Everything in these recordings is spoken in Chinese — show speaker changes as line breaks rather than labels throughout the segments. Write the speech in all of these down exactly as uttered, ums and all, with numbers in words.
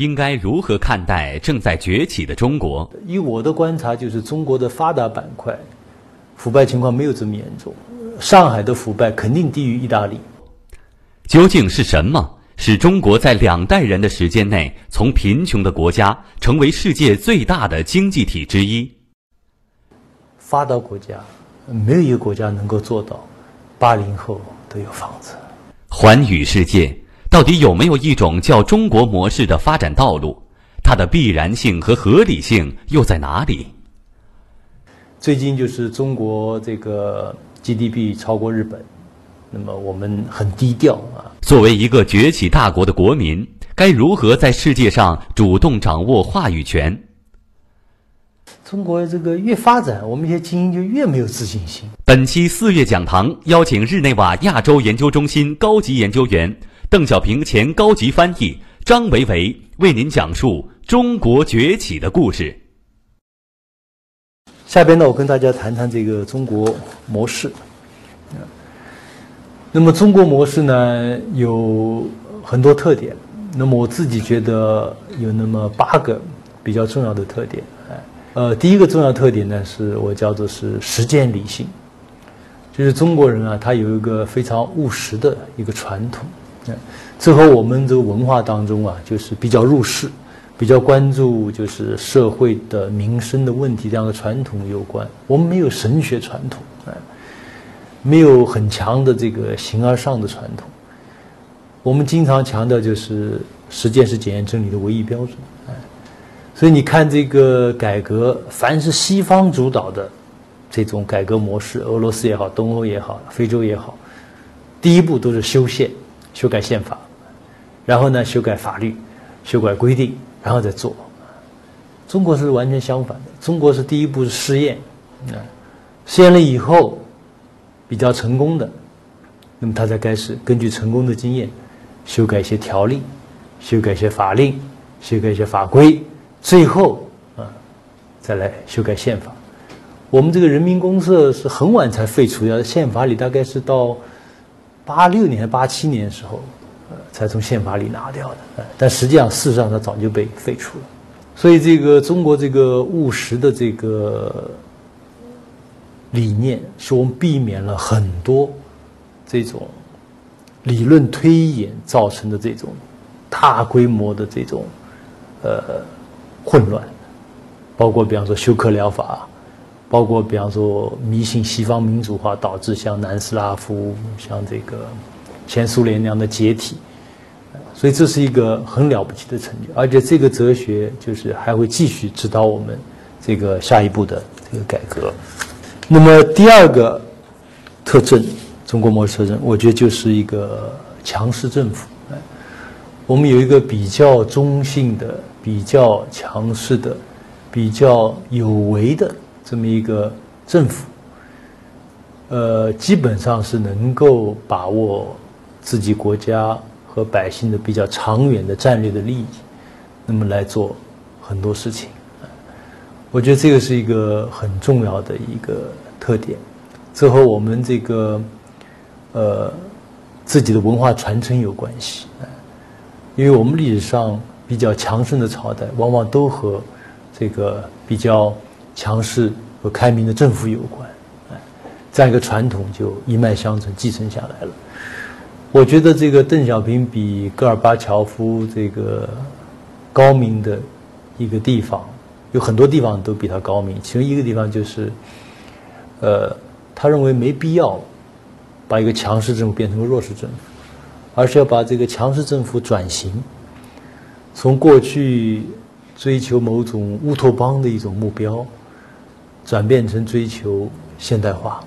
应该如何看待正在崛起的中国？
以我的观察，就是中国的发达板块腐败情况没有这么严重，上海的腐败肯定低于意大利。
究竟是什么使中国在两代人的时间内从贫穷的国家成为世界最大的经济体之一？
发达国家没有一个国家能够做到八零后都有房子。
寰宇世界，到底有没有一种叫中国模式的发展道路？它的必然性和合理性又在哪里？
最近就是中国这个 G D P 超过日本，那么我们很低调啊。
作为一个崛起大国的国民，该如何在世界上主动掌握话语权？
中国这个越发展，我们一些精英就越没有自信心。
本期四月讲堂邀请日内瓦亚洲研究中心高级研究员、邓小平前高级翻译张维维为您讲述中国崛起的故事。
下边呢，我跟大家谈谈这个中国模式。那么中国模式呢有很多特点，那么我自己觉得有那么八个比较重要的特点。呃，第一个重要特点呢，是我叫做是实践理性，就是中国人啊，他有一个非常务实的一个传统，嗯，这和我们这个文化当中啊，就是比较入世，比较关注就是社会的民生的问题这样的传统有关。我们没有神学传统，哎，没有很强的这个形而上的传统。我们经常强调就是实践是检验真理的唯一标准，哎。所以你看这个改革，凡是西方主导的这种改革模式，俄罗斯也好，东欧也好，非洲也好，第一步都是修宪，修改宪法，然后呢修改法律，修改规定，然后再做。中国是完全相反的，中国是第一步是试验，啊，试验了以后比较成功的，那么他才开始根据成功的经验修改一些条例，修改一些法令，修改一些法规。最后啊，再来修改宪法。我们这个人民公社是很晚才废除掉的，宪法里大概是到八六年、八七年的时候，呃，才从宪法里拿掉的。呃、但实际上，事实上它早就被废除了。所以，这个中国这个务实的这个理念，使我们避免了很多这种理论推演造成的这种大规模的这种呃。混乱，包括比方说休克疗法，包括比方说迷信西方民主化导致像南斯拉夫、像这个前苏联那样的解体，所以这是一个很了不起的成就，而且这个哲学就是还会继续指导我们这个下一步的这个改革。那么第二个特征，中国模式特征，我觉得就是一个强势政府。我们有一个比较中性的、比较强势的、比较有为的这么一个政府，呃，基本上是能够把握自己国家和百姓的比较长远的战略的利益，那么来做很多事情。我觉得这个是一个很重要的一个特点，这和我们这个呃自己的文化传承有关系。因为我们历史上比较强盛的朝代，往往都和这个比较强势和开明的政府有关，哎，这样一个传统就一脉相承继承下来了。我觉得这个邓小平比戈尔巴乔夫这个高明的一个地方，有很多地方都比他高明，其中一个地方就是，呃，他认为没必要把一个强势政府变成个弱势政府。而是要把这个强势政府转型，从过去追求某种乌托邦的一种目标，转变成追求现代化。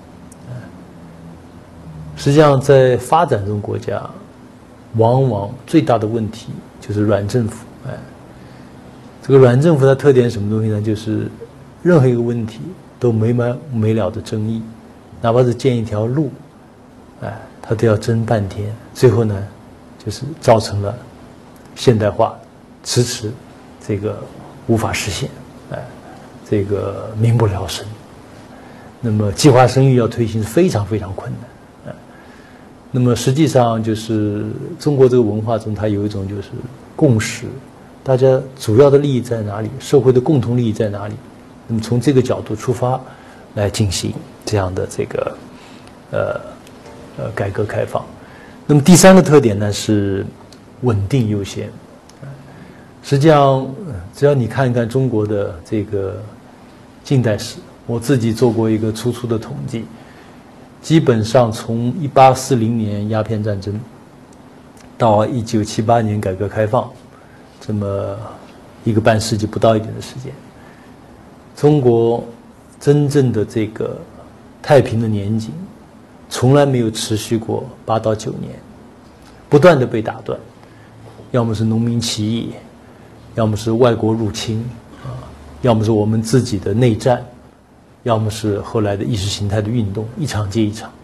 实际上，在发展中国家，往往最大的问题就是软政府。哎，这个软政府的特点是什么东西呢？就是任何一个问题都没完没了的争议，哪怕是建一条路，哎。他都要争半天，最后呢，就是造成了现代化迟迟这个无法实现，哎，这个民不聊生。那么计划生育要推行是非常非常困难，哎。那么实际上就是中国这个文化中，它有一种就是共识， 大家主要的利益在哪里？社会的共同利益在哪里？那么从这个角度出发来进行这样的这个呃呃改革开放。那么第三个特点呢是稳定优先。实际上，只要你看一看中国的这个近代史，我自己做过一个粗粗的统计，基本上从一八四零年鸦片战争到一九七八年改革开放，这么一个半世纪不到一点的时间，中国真正的这个太平的年景，从来没有持续过八到九年，不断的被打断，要么是农民起义，要么是外国入侵啊，要么是我们自己的内战，要么是后来的意识形态的运动，一场接一场。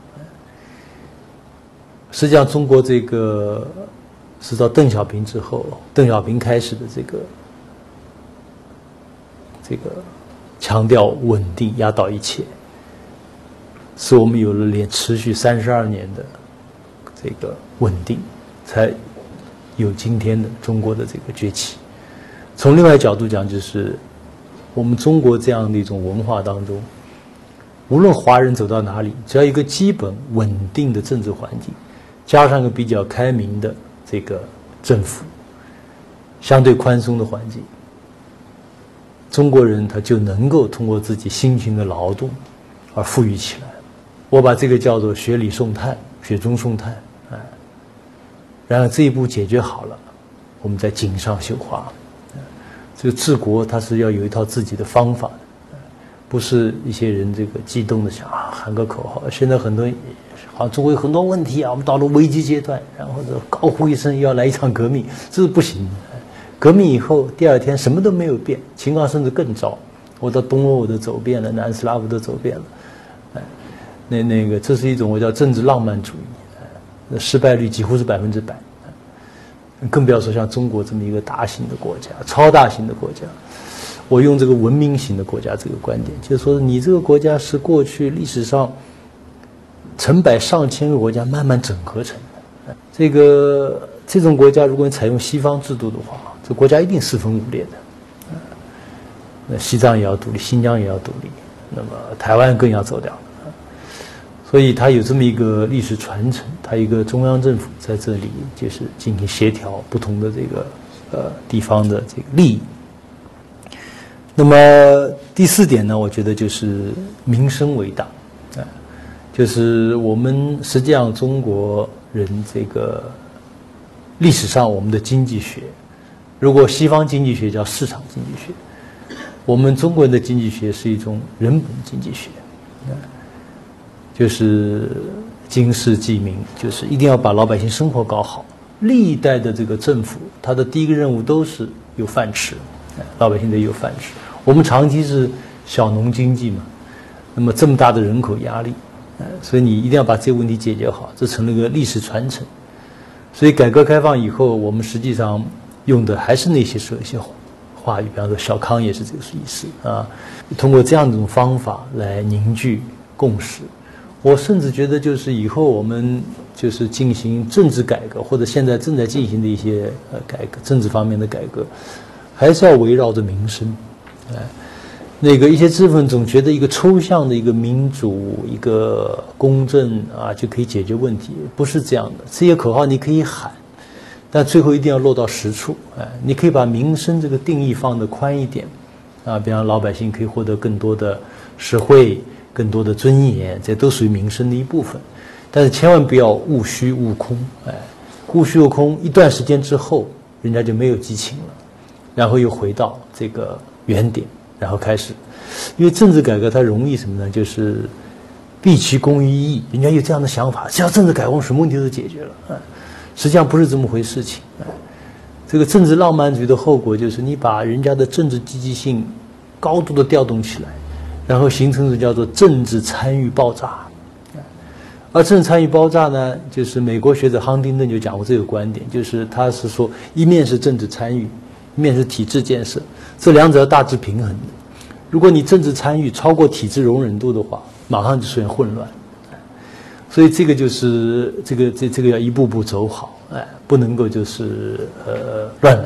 实际上，中国这个是到邓小平之后，邓小平开始的这个这个强调稳定，压倒一切，使我们有了连持续三十二年的这个稳定，才有今天的中国的这个崛起。从另外角度讲，就是我们中国这样的一种文化当中，无论华人走到哪里，只要一个基本稳定的政治环境，加上一个比较开明的这个政府，相对宽松的环境，中国人他就能够通过自己辛勤的劳动而富裕起来。我把这个叫做雪里送炭，雪中送炭，哎，然后这一步解决好了，我们再锦上绣花。这个治国它是要有一套自己的方法的，不是一些人这个激动的想啊喊个口号。现在很多好像中国有很多问题啊，我们到了危机阶段，然后这高呼一声要来一场革命，这是不行的。革命以后第二天什么都没有变，情况甚至更糟。我到东欧我都走遍了，南斯拉夫都走遍了，哎，那那个这是一种我叫政治浪漫主义，哎，失败率几乎是百分之百。更不要说像中国这么一个大型的国家，超大型的国家。我用这个文明型的国家这个观点，就是说你这个国家是过去历史上成百上千个国家慢慢整合成的。这个这种国家，如果你采用西方制度的话，这国家一定四分五裂的。那西藏也要独立，新疆也要独立，那么台湾更要走掉。所以它有这么一个历史传承，它一个中央政府在这里就是进行协调不同的这个呃地方的这个利益。那么第四点呢，我觉得就是民生为大，啊，就是我们实际上中国人这个历史上我们的经济学，如果西方经济学叫市场经济学，我们中国人的经济学是一种人本经济学，啊。就是经世济民，就是一定要把老百姓生活搞好。历代的这个政府，他的第一个任务都是有饭吃，老百姓得有饭吃。我们长期是小农经济嘛，那么这么大的人口压力，所以你一定要把这个问题解决好，这成了一个历史传承。所以改革开放以后，我们实际上用的还是那些说一些话语，比方说小康也是这个意思啊。通过这样一种方法来凝聚共识。我甚至觉得，就是以后我们就是进行政治改革，或者现在正在进行的一些呃改革，政治方面的改革，还是要围绕着民生。哎，那个一些知识分子总觉得一个抽象的一个民主、一个公正啊就可以解决问题，不是这样的。这些口号你可以喊，但最后一定要落到实处。哎，你可以把民生这个定义放得宽一点，啊，比方老百姓可以获得更多的实惠。更多的尊严，这都属于民生的一部分，但是千万不要务虚务空，哎，务虚务空一段时间之后，人家就没有激情了，然后又回到这个原点，然后开始，因为政治改革它容易什么呢？就是毕其功于一役，人家有这样的想法，只要政治改革，什么问题都解决了，哎，实际上不是这么回事情，哎，这个政治浪漫主义的后果就是你把人家的政治积极性高度的调动起来。然后形成的叫做政治参与爆炸，而政治参与爆炸呢，就是美国学者亨廷顿就讲过这个观点，就是他是说，一面是政治参与，一面是体制建设，这两者要大致平衡的。如果你政治参与超过体制容忍度的话，马上就出现混乱。所以这个就是这个这这个要一步步走好，哎，不能够就是呃乱来，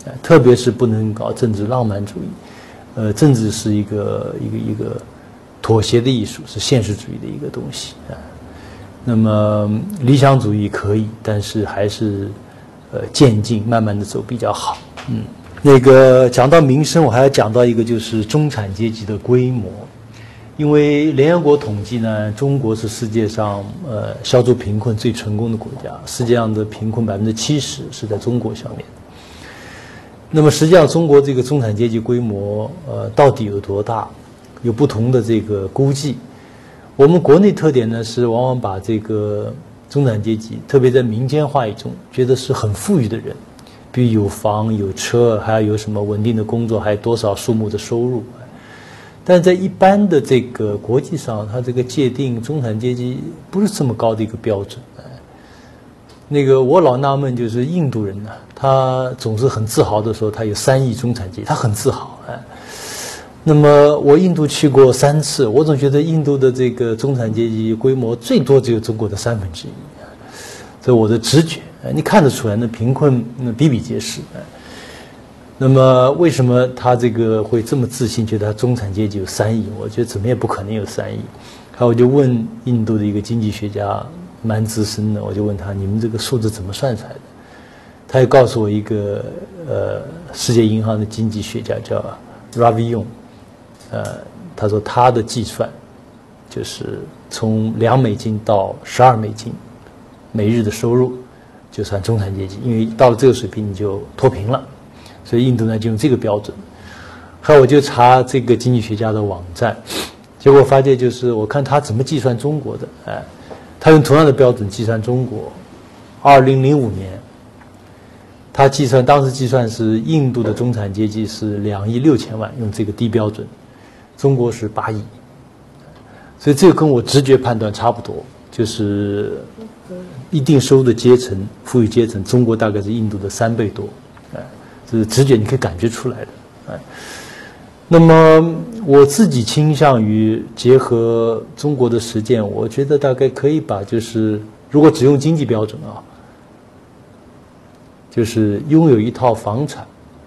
特别是不能搞政治浪漫主义。呃，政治是一个一个一个妥协的艺术，是现实主义的一个东西啊。那么理想主义可以，但是还是呃渐进，慢慢的走比较好。嗯，那个讲到民生，我还要讲到一个就是中产阶级的规模。因为联合国统计呢，中国是世界上呃消除贫困最成功的国家，世界上的贫困百分之七十是在中国消灭的。那么实际上，中国这个中产阶级规模呃到底有多大？有不同的这个估计。我们国内特点呢是往往把这个中产阶级，特别在民间话语中，觉得是很富裕的人，比如有房有车，还要有什么稳定的工作，还有多少数目的收入。但在一般的这个国际上，它这个界定中产阶级不是这么高的一个标准。那个我老纳闷，就是印度人呢，他总是很自豪的说他有三亿中产阶级，他很自豪。哎，那么我印度去过三次，我总觉得印度的这个中产阶级规模最多只有中国的三分之一，这我的直觉。你看得出来，那贫困那比比皆是。那么为什么他这个会这么自信，觉得他中产阶级有三亿？我觉得怎么也不可能有三亿。还有我就问印度的一个经济学家，蛮资深的，我就问他：你们这个数字怎么算出来的？他也告诉我一个呃，世界银行的经济学家叫 Ravi Yong， 呃，他说他的计算就是从两美金到十二美金每日的收入就算中产阶级，因为到了这个水平你就脱贫了。所以印度呢就用这个标准。后来我就查这个经济学家的网站，结果发现就是我看他怎么计算中国的，哎，他用同样的标准计算中国。二零零五年，他计算当时计算是印度的中产阶级是两亿六千万，用这个低标准，中国是八亿。所以这个跟我直觉判断差不多，就是一定收入的阶层、富裕阶层，中国大概是印度的三倍多。是直觉你可以感觉出来的，哎，那么我自己倾向于结合中国的实践，我觉得大概可以把就是如果只用经济标准啊，就是拥有一套房产，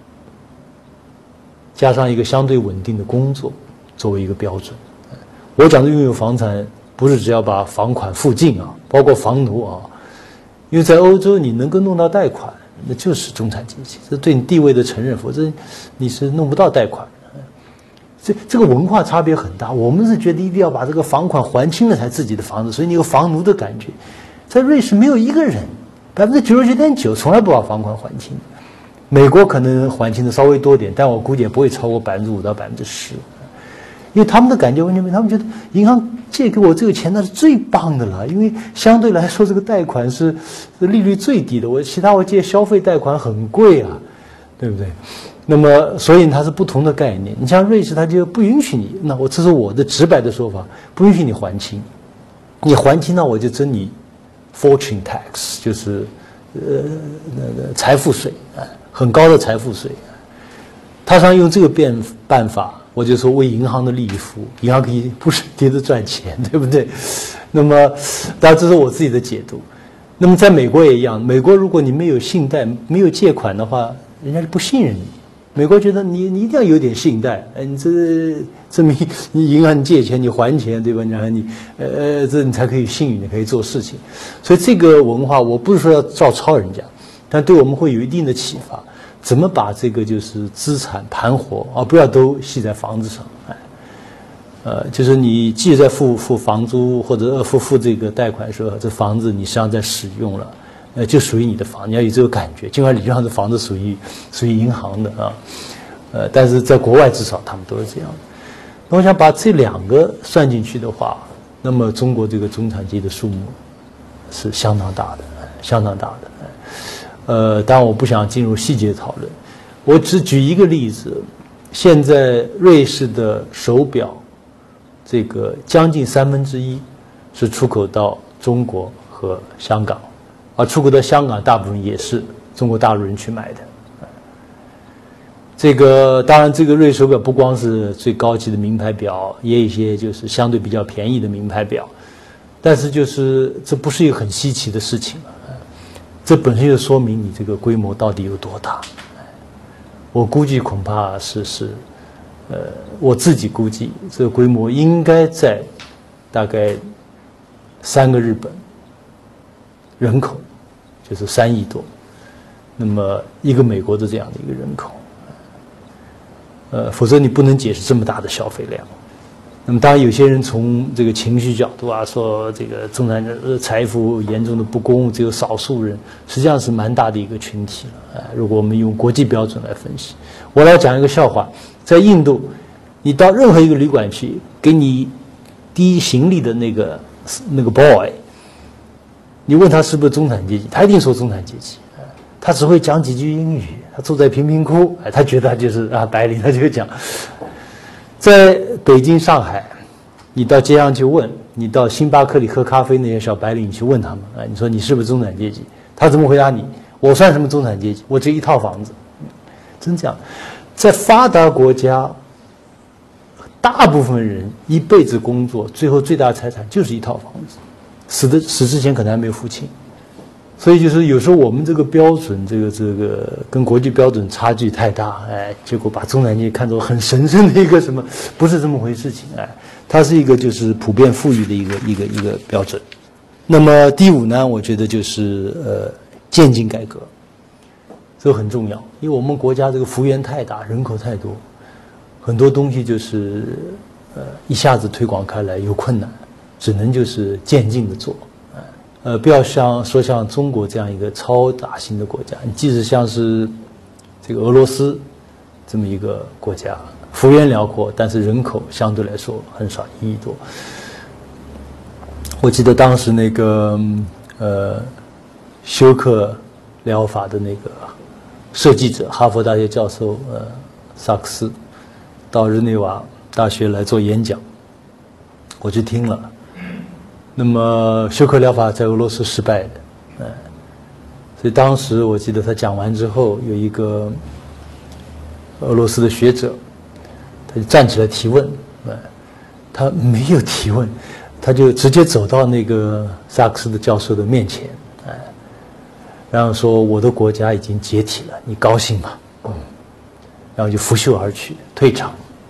加上一个相对稳定的工作作为一个标准。我讲的拥有房产，不是只要把房款付尽啊，包括房奴啊，因为在欧洲你能够弄到贷款，那就是中产阶级，这对你地位的承认，否则你是弄不到贷款的。这这个文化差别很大。我们是觉得一定要把这个房款还清了才自己的房子，所以你有房奴的感觉。在瑞士没有一个人，百分之九十九点九从来不把房款还清。美国可能还清的稍微多点，但我估计也不会超过百分之五到百分之十。因为他们的感觉完全没，他们觉得银行借给我这个钱那是最棒的了，因为相对来说这个贷款是利率最低的，我其他我借消费贷款很贵啊，对不对？那么所以它是不同的概念。你像瑞士，它就不允许你，那我这是我的直白的说法，不允许你还清，你还清那我就征你 fortune tax， 就是呃那个财富税啊，很高的财富税。他想用这个变办法。我就说为银行的利益服务，银行可以不是跌着赚钱，对不对？那么，当然这是我自己的解读。那么在美国也一样，美国如果你没有信贷、没有借款的话，人家就不信任你。美国觉得你你一定要有点信贷，哎，你这证明你银行借钱你还钱，对吧？然后你呃这你才可以信誉，你可以做事情。所以这个文化，我不是说要照抄人家，但对我们会有一定的启发。怎么把这个就是资产盘活啊，不要都系在房子上，哎，呃，就是你既在付付房租或者付付这个贷款的时候，这房子你实际上在使用了，呃，就属于你的房，你要有这个感觉。尽管理论上这房子属于属于银行的啊，呃，但是在国外至少他们都是这样的。那我想把这两个算进去的话，那么中国这个中产阶级的数目是相当大的，相当大的。呃，当然我不想进入细节讨论，我只举一个例子。现在瑞士的手表，这个将近三分之一是出口到中国和香港，而出口到香港大部分也是中国大陆人去买的。这个当然，这个瑞士手表不光是最高级的名牌表，也有一些就是相对比较便宜的名牌表，但是就是这不是一个很稀奇的事情。这本身就说明你这个规模到底有多大。 我估计恐怕是是，呃，我自己估计这个规模应该在大概三个日本人口，就是三亿多，那么一个美国的这样的一个人口，呃，否则你不能解释这么大的消费量。那么当然，有些人从这个情绪角度啊，说这个中产呃财富严重的不公，只有少数人，实际上是蛮大的一个群体了。啊，如果我们用国际标准来分析，我来讲一个笑话，在印度，你到任何一个旅馆去，给你提行李的那个那个 boy， 你问他是不是中产阶级，他一定说中产阶级。他只会讲几句英语，他住在贫民窟，哎，他觉得他就是啊白领，他就讲。在北京、上海，你到街上去问，你到星巴克里喝咖啡那些小白领，你去问他们，啊，你说你是不是中产阶级？他怎么回答你？我算什么中产阶级？我只有一套房子。真这样，在发达国家，大部分人一辈子工作，最后最大财产就是一套房子，死的死之前可能还没有付清。所以就是有时候我们这个标准，这个这个跟国际标准差距太大，哎，结果把中产阶级看作很神圣的一个什么，不是这么回事情，哎，它是一个就是普遍富裕的一个一个一个标准。那么第五呢，我觉得就是呃渐进改革，这个很重要，因为我们国家这个幅员太大，人口太多，很多东西就是呃一下子推广开来有困难，只能就是渐进的做。呃，不要像说像中国这样一个超大型的国家，你即使像是这个俄罗斯这么一个国家，幅员辽阔，但是人口相对来说很少，一亿多。我记得当时那个呃休克疗法的那个设计者，哈佛大学教授呃萨克斯到日内瓦大学来做演讲，我去听了。那么休克疗法在俄罗斯失败的，嗯，所以当时我记得他讲完之后，有一个俄罗斯的学者，他就站起来提问，嗯，他没有提问，他就直接走到那个萨克斯的教授的面前，哎，然后说我的国家已经解体了，你高兴吗？嗯，然后就拂袖而去，退场。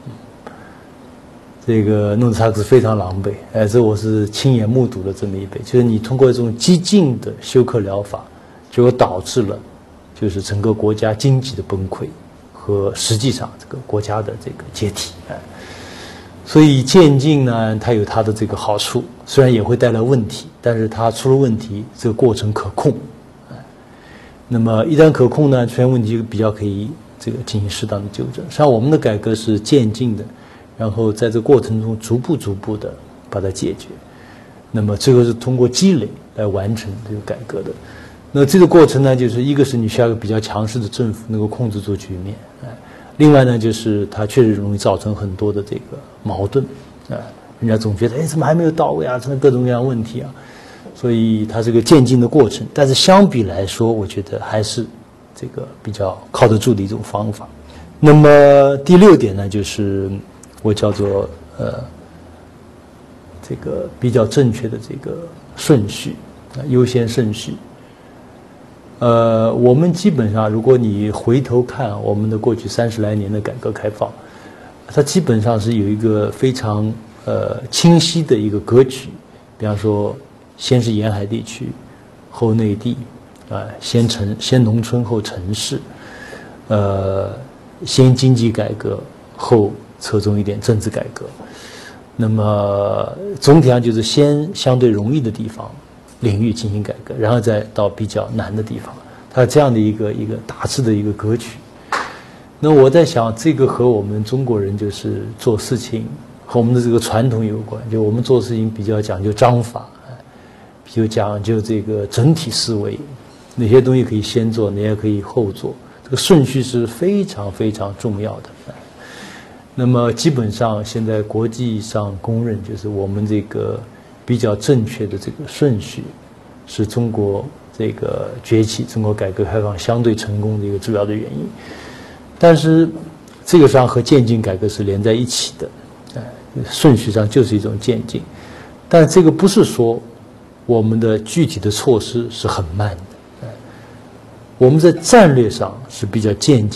这个弄得萨克斯非常狼狈，哎，这我是亲眼目睹了这么一杯，就是你通过这种激进的休克疗法，结果导致了就是整个国家经济的崩溃和实际上这个国家的这个解体，哎，所以渐进呢，它有它的这个好处，虽然也会带来问题，但是它出了问题，这个过程可控，哎，那么一旦可控呢，出现问题就比较可以这个进行适当的纠正。实际上我们的改革是渐进的。然后在这个过程中逐步逐步的把它解决，那么最后是通过积累来完成这个改革的。那这个过程呢，就是一个是你需要一个比较强势的政府能够控制住局面，哎，另外呢就是它确实容易造成很多的这个矛盾，啊，人家总觉得哎怎么还没有到位啊，这各种各样问题啊，所以它是个渐进的过程。但是相比来说，我觉得还是这个比较靠得住的一种方法。那么第六点呢，就是我叫做呃，这个比较正确的这个顺序啊，优先顺序。呃，我们基本上，如果你回头看我们的过去三十来年的改革开放，它基本上是有一个非常呃清晰的一个格局。比方说，先是沿海地区，后内地，啊、呃，先城先农村后城市，呃，先经济改革后侧重一点政治改革，那么总体上就是先相对容易的地方领域进行改革，然后再到比较难的地方，它这样的一个一个大致的一个格局。那我在想，这个和我们中国人就是做事情和我们的这个传统有关，就我们做事情比较讲究章法，比较讲究这个整体思维，哪些东西可以先做，哪些可以后做，这个顺序是非常非常重要的。那么基本上现在国际上公认，就是我们这个比较正确的这个顺序，是中国这个崛起、中国改革开放相对成功的一个主要的原因。但是这个上和渐进改革是连在一起的，哎，顺序上就是一种渐进，但这个不是说我们的具体的措施是很慢的，哎，我们在战略上是比较渐进的。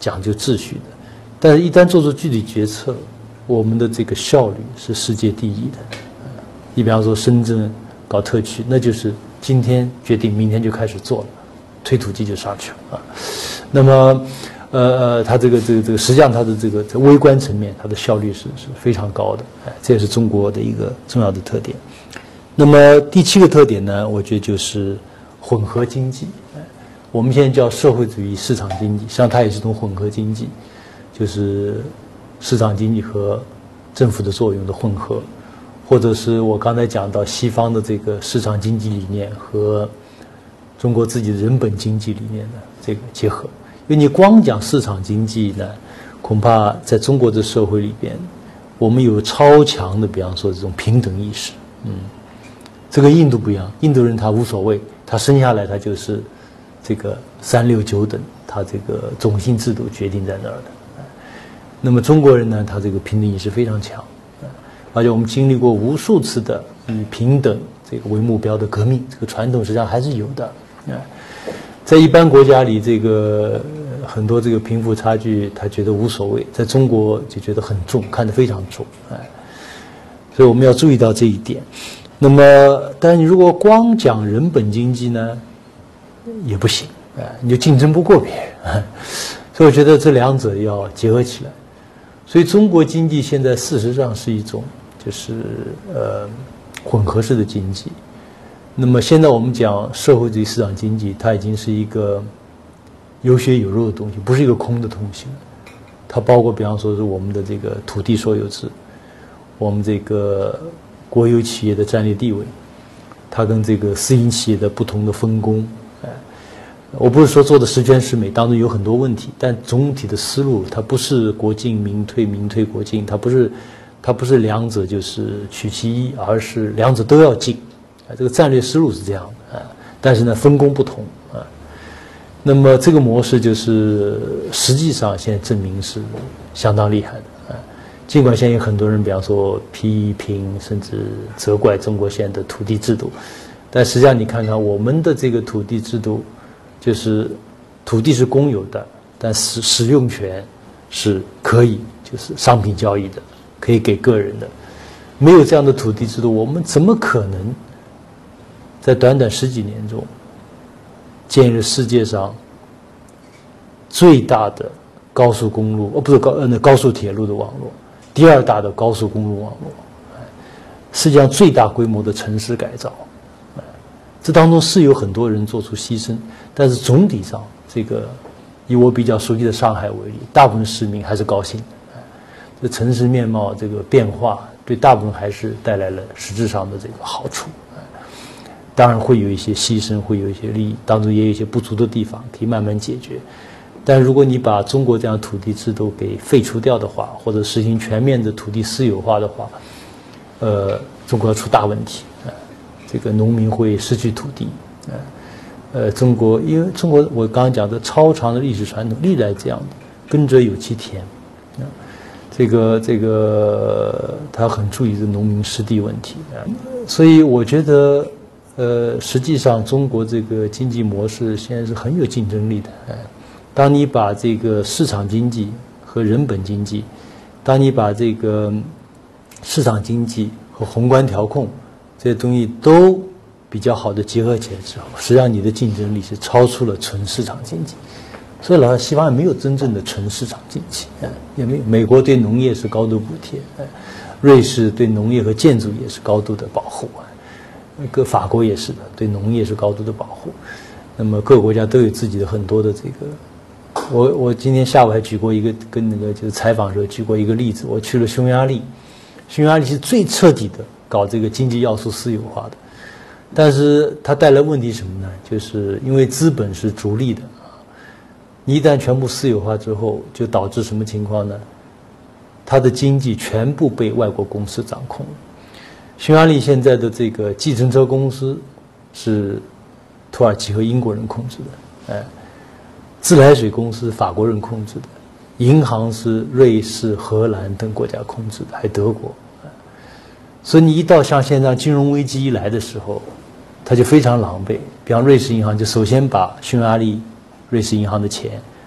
讲究秩序的，但是一旦做出具体决策，我们的这个效率是世界第一的。你比方说深圳搞特区，那就是今天决定，明天就开始做了，推土机就上去了啊。那么，呃呃，它这个这个这个，实际上它的这个在微观层面，它的效率是是非常高的，哎，这也是中国的一个重要的特点。那么第七个特点呢，我觉得就是混合经济。我们现在叫社会主义市场经济，实际上它也是一种混合经济，就是市场经济和政府的作用的混合，或者是我刚才讲到西方的这个市场经济理念和中国自己的人本经济理念的这个结合。因为你光讲市场经济呢，恐怕在中国的社会里边，我们有超强的，比方说这种平等意识，嗯，这个印度不一样，印度人他无所谓，他生下来他就是这个三六九等，他这个种姓制度决定在那儿的。那么中国人呢，他这个平等意识非常强，而且我们经历过无数次的以平等这个为目标的革命，这个传统实际上还是有的。在一般国家里，这个很多这个贫富差距，他觉得无所谓；在中国就觉得很重，看得非常重，哎，所以我们要注意到这一点。那么，但你如果光讲人本经济呢，也不行，哎，你就竞争不过别人。所以我觉得这两者要结合起来。所以中国经济现在事实上是一种就是呃混合式的经济。那么现在我们讲社会主义市场经济，它已经是一个有血有肉的东西，不是一个空的东西。它包括比方说是我们的这个土地所有制，我们这个国有企业的战略地位，它跟这个私营企业的不同的分工。哎，我不是说做的十全十美，当中有很多问题，但总体的思路它不是国进民退，民退国进，它不是它不是两者就是取其一，而是两者都要进。啊，这个战略思路是这样的啊，但是呢，分工不同啊。那么这个模式就是实际上现在证明是相当厉害的啊。尽管现在有很多人，比方说批评甚至责怪中国现在的土地制度，但实际上你看看我们的这个土地制度，就是土地是公有的，但使使用权是可以就是商品交易的，可以给个人的。没有这样的土地制度，我们怎么可能在短短十几年中建立世界上最大的高速公路，哦，不是高呃那高速铁路的网络，第二大的高速公路网络，世界上最大规模的城市改造，这当中是有很多人做出牺牲，但是总体上，这个以我比较熟悉的上海为例，大部分市民还是高兴的，这城市面貌这个变化对大部分还是带来了实质上的这个好处。当然会有一些牺牲，会有一些利益，当中也有一些不足的地方，可以慢慢解决。但如果你把中国这样土地制度给废除掉的话，或者实行全面的土地私有化的话，呃，中国要出大问题啊、呃！这个农民会失去土地啊、呃，呃，中国因为中国我刚刚讲的超长的历史传统，历来这样的，耕者有其田啊、呃，这个这个他很注意这农民失地问题啊、呃，所以我觉得。呃，实际上中国这个经济模式现在是很有竞争力的。哎，当你把这个市场经济和人本经济，当你把这个市场经济和宏观调控这些东西都比较好的结合起来之后，实际上你的竞争力是超出了纯市场经济。所以老西方也没有真正的纯市场经济，哎，也没有。美国对农业是高度补贴，哎，瑞士对农业和建筑业是高度的保护。那个法国也是的，对农业是高度的保护。那么各个国家都有自己的很多的这个。我我今天下午还举过一个跟那个就是采访的时候举过一个例子，我去了匈牙利，匈牙利是最彻底的搞这个经济要素私有化的，但是它带来问题什么呢？就是因为资本是逐利的啊，一旦全部私有化之后，就导致什么情况呢？它的经济全部被外国公司掌控了。匈牙利现在的这个计程车公司是土耳其和英国人控制的，哎，自来水公司法国人控制的，银行是瑞士、荷兰等国家控制的，还德国。所以你一到像现在金融危机一来的时候，它就非常狼狈。比方瑞士银行就首先把匈牙利瑞士银行的钱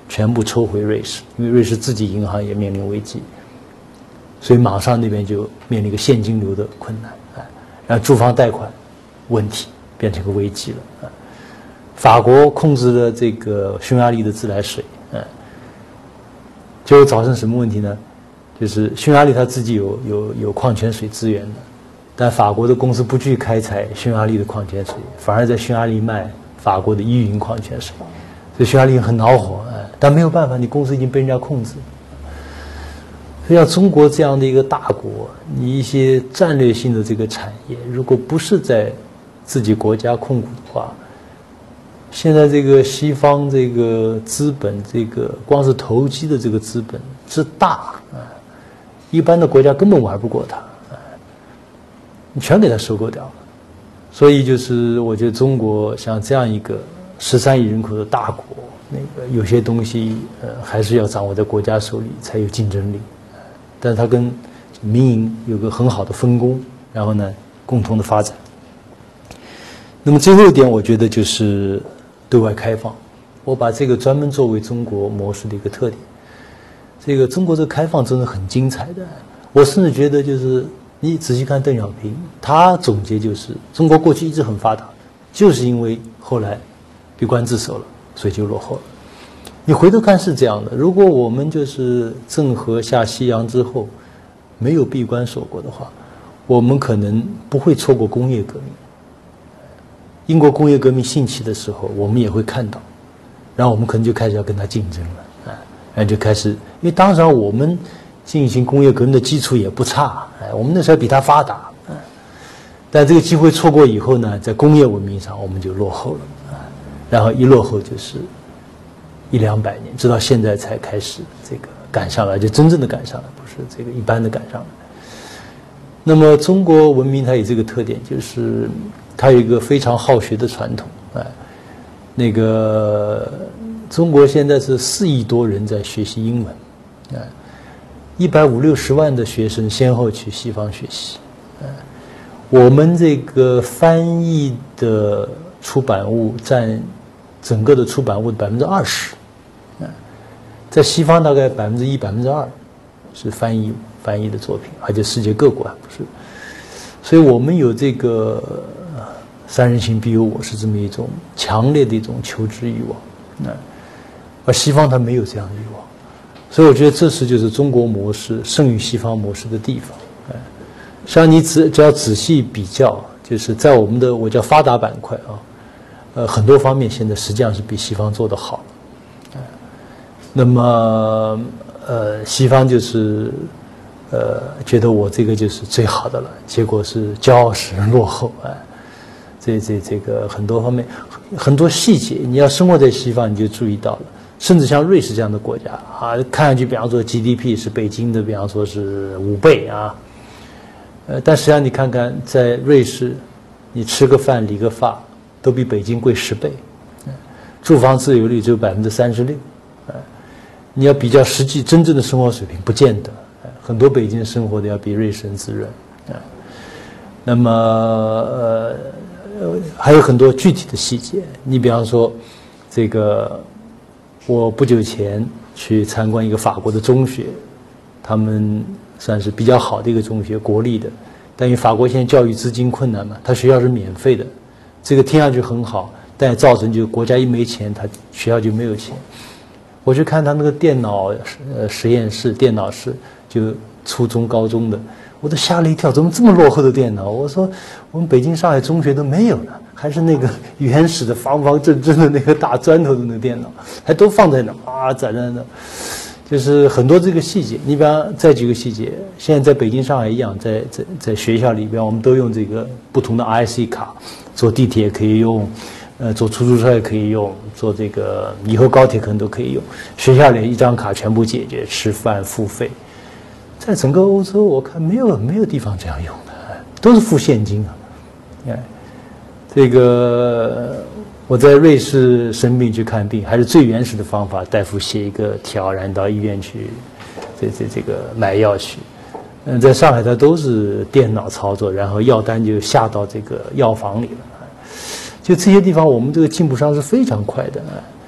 全部抽回瑞士，因为瑞士自己银行也面临危机，所以马上那边就面临一个现金流的困难，哎，然后住房贷款问题变成个危机了，啊，法国控制了这个匈牙利的自来水，嗯，就造成什么问题呢？就是匈牙利它自己有有有矿泉水资源的，但法国的公司不去开采匈牙利的矿泉水，反而在匈牙利卖法国的依云矿泉水，所以匈牙利很恼火，哎，但没有办法，你公司已经被人家控制。所以像中国这样的一个大国，你一些战略性的这个产业，如果不是在自己国家控股的话，现在这个西方这个资本，这个光是投机的这个资本之大啊，一般的国家根本玩不过它，啊，你全给它收购掉了。所以就是我觉得中国像这样一个十三亿人口的大国，那个有些东西呃还是要掌握在国家手里才有竞争力，但是它跟民营有个很好的分工，然后呢共同的发展。那么最后一点，我觉得就是对外开放，我把这个专门作为中国模式的一个特点。这个中国这个开放真的很精彩的，我甚至觉得就是你仔细看邓小平，他总结就是中国过去一直很发达，就是因为后来闭关自守了，所以就落后了。你回头看是这样的，如果我们就是郑和下西洋之后没有闭关锁国的话，我们可能不会错过工业革命。英国工业革命兴起的时候，我们也会看到，然后我们可能就开始要跟他竞争了，啊，然后就开始，因为当时我们进行工业革命的基础也不差，哎，我们那时候比他发达，啊，但这个机会错过以后呢，在工业文明上我们就落后了，啊，然后一落后就是一两百年，直到现在才开始这个赶上来，就真正的赶上来，不是这个一般的赶上来。那么中国文明它有这个特点，就是它有一个非常好学的传统，哎，那个中国现在是四亿多人在学习英文，哎，一百五六十万的学生先后去西方学习，哎，我们这个翻译的出版物占整个的出版物的百分之二十，哎，在西方大概百分之一、百分之二是翻译翻译的作品，而且世界各国还不是，所以我们有这个三人行必有我，是这么一种强烈的一种求知欲望，那而西方它没有这样的欲望，所以我觉得这是就是中国模式胜于西方模式的地方。哎，像你只只要仔细比较，就是在我们的我叫发达板块啊，呃，很多方面现在实际上是比西方做得好。哎，那么呃，西方就是呃觉得我这个就是最好的了，结果是骄傲使人落后，哎。这这这个很多方面，很多细节，你要生活在西方，你就注意到了。甚至像瑞士这样的国家啊，看上去比方说 G D P 是北京的，比方说是五倍啊，呃，但实际上你看看，在瑞士，你吃个饭、理个发，都比北京贵十倍，住房自有率只有百分之三十六，呃，你要比较实际真正的生活水平，不见得，很多北京生活的要比瑞士人滋润，啊，那么呃。呃，还有很多具体的细节。你比方说，这个我不久前去参观一个法国的中学，他们算是比较好的一个中学，国立的。但因为法国现在教育资金困难嘛，他学校是免费的，这个听上去很好，但也造成就国家一没钱，他学校就没有钱。我去看他那个电脑呃实验室、电脑室，就初中、高中的。我都吓了一跳，怎么这么落后的电脑？我说我们北京、上海中学都没有呢，还是那个原始的方方正正的那个大砖头的那个电脑，还都放在那啊，在那呢。就是很多这个细节。你比方再举个细节，现在在北京、上海一样，在在在学校里边，我们都用这个不同的 I C 卡，坐地铁可以用，呃，坐出租车也可以用，坐这个以后高铁可能都可以用。学校里一张卡全部解决，吃饭付费。在整个欧洲，我看没有没有地方这样用的，都是付现金啊。哎，这个我在瑞士生病去看病，还是最原始的方法，大夫写一个条，然后到医院去，这这这个买药去。嗯，在上海它都是电脑操作，然后药单就下到这个药房里了。就这些地方，我们这个进步上是非常快的。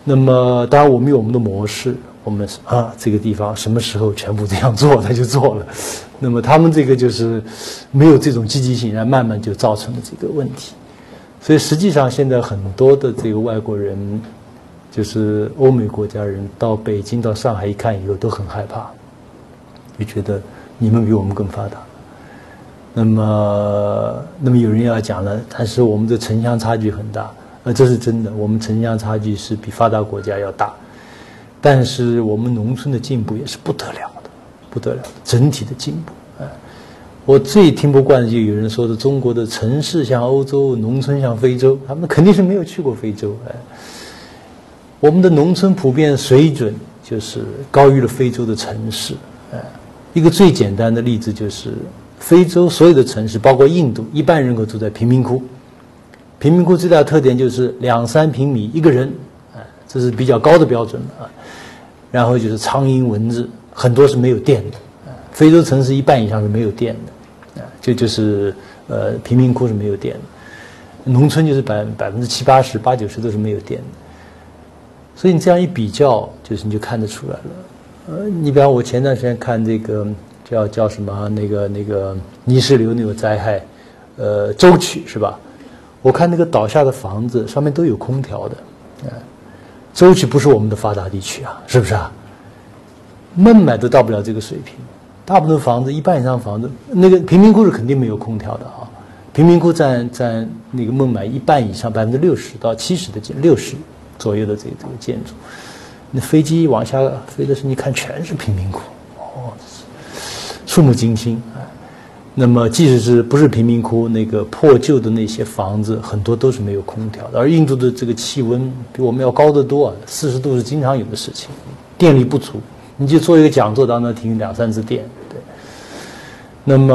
那么当然我们有我们的模式，我们啊这个地方什么时候全部这样做，他就做了。那么他们这个就是没有这种积极性，然后慢慢就造成了这个问题。所以实际上现在很多的这个外国人，就是欧美国家人到北京到上海一看以后都很害怕，就觉得你们比我们更发达。那么那么有人要讲了，但是我们的城乡差距很大，呃，这是真的，我们城乡差距是比发达国家要大，但是我们农村的进步也是不得了的，不得了的，整体的进步。哎，我最听不惯就有人说的中国的城市像欧洲，农村像非洲，他们肯定是没有去过非洲。哎，我们的农村普遍水准就是高于了非洲的城市。哎，一个最简单的例子就是非洲所有的城市，包括印度，一半人口住在贫民窟。贫民窟最大的特点就是两三平米一个人，啊，这是比较高的标准啊。然后就是苍蝇蚊子，很多是没有电的。啊，非洲城市一半以上是没有电的，啊，这就是呃贫民窟是没有电的。农村就是百百分之七八十、八九十都是没有电的。所以你这样一比较，就是你就看得出来了。呃，你比方我前段时间看这个。叫叫什么那个那个泥石流那个灾害，呃，舟曲是吧？我看那个倒下的房子上面都有空调的，啊、呃，舟曲不是我们的发达地区啊，是不是啊？孟买都到不了这个水平，大部分房子一半以上房子，那个贫民窟是肯定没有空调的啊，贫民窟占占那个孟买一半以上，百分之六十到七十的建六十左右的这个这个建筑，那飞机往下飞的时候，你看全是贫民窟，哦。触目惊心啊！那么，即使是不是贫民窟，那个破旧的那些房子，很多都是没有空调的。而印度的这个气温比我们要高得多啊，四十度是经常有的事情，电力不足，你就做一个讲座，当中停两三次电，对。那么，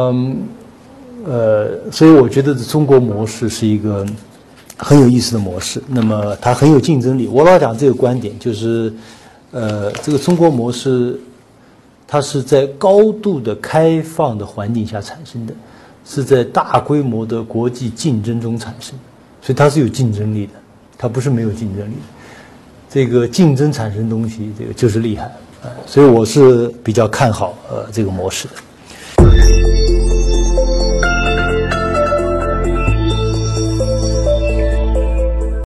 呃，所以我觉得中国模式是一个很有意思的模式。那么，它很有竞争力。我老讲这个观点，就是，呃，这个中国模式。它是在高度的开放的环境下产生的，是在大规模的国际竞争中产生，所以它是有竞争力的，它不是没有竞争力。这个竞争产生东西，这个就是厉害，呃，所以我是比较看好呃这个模式的。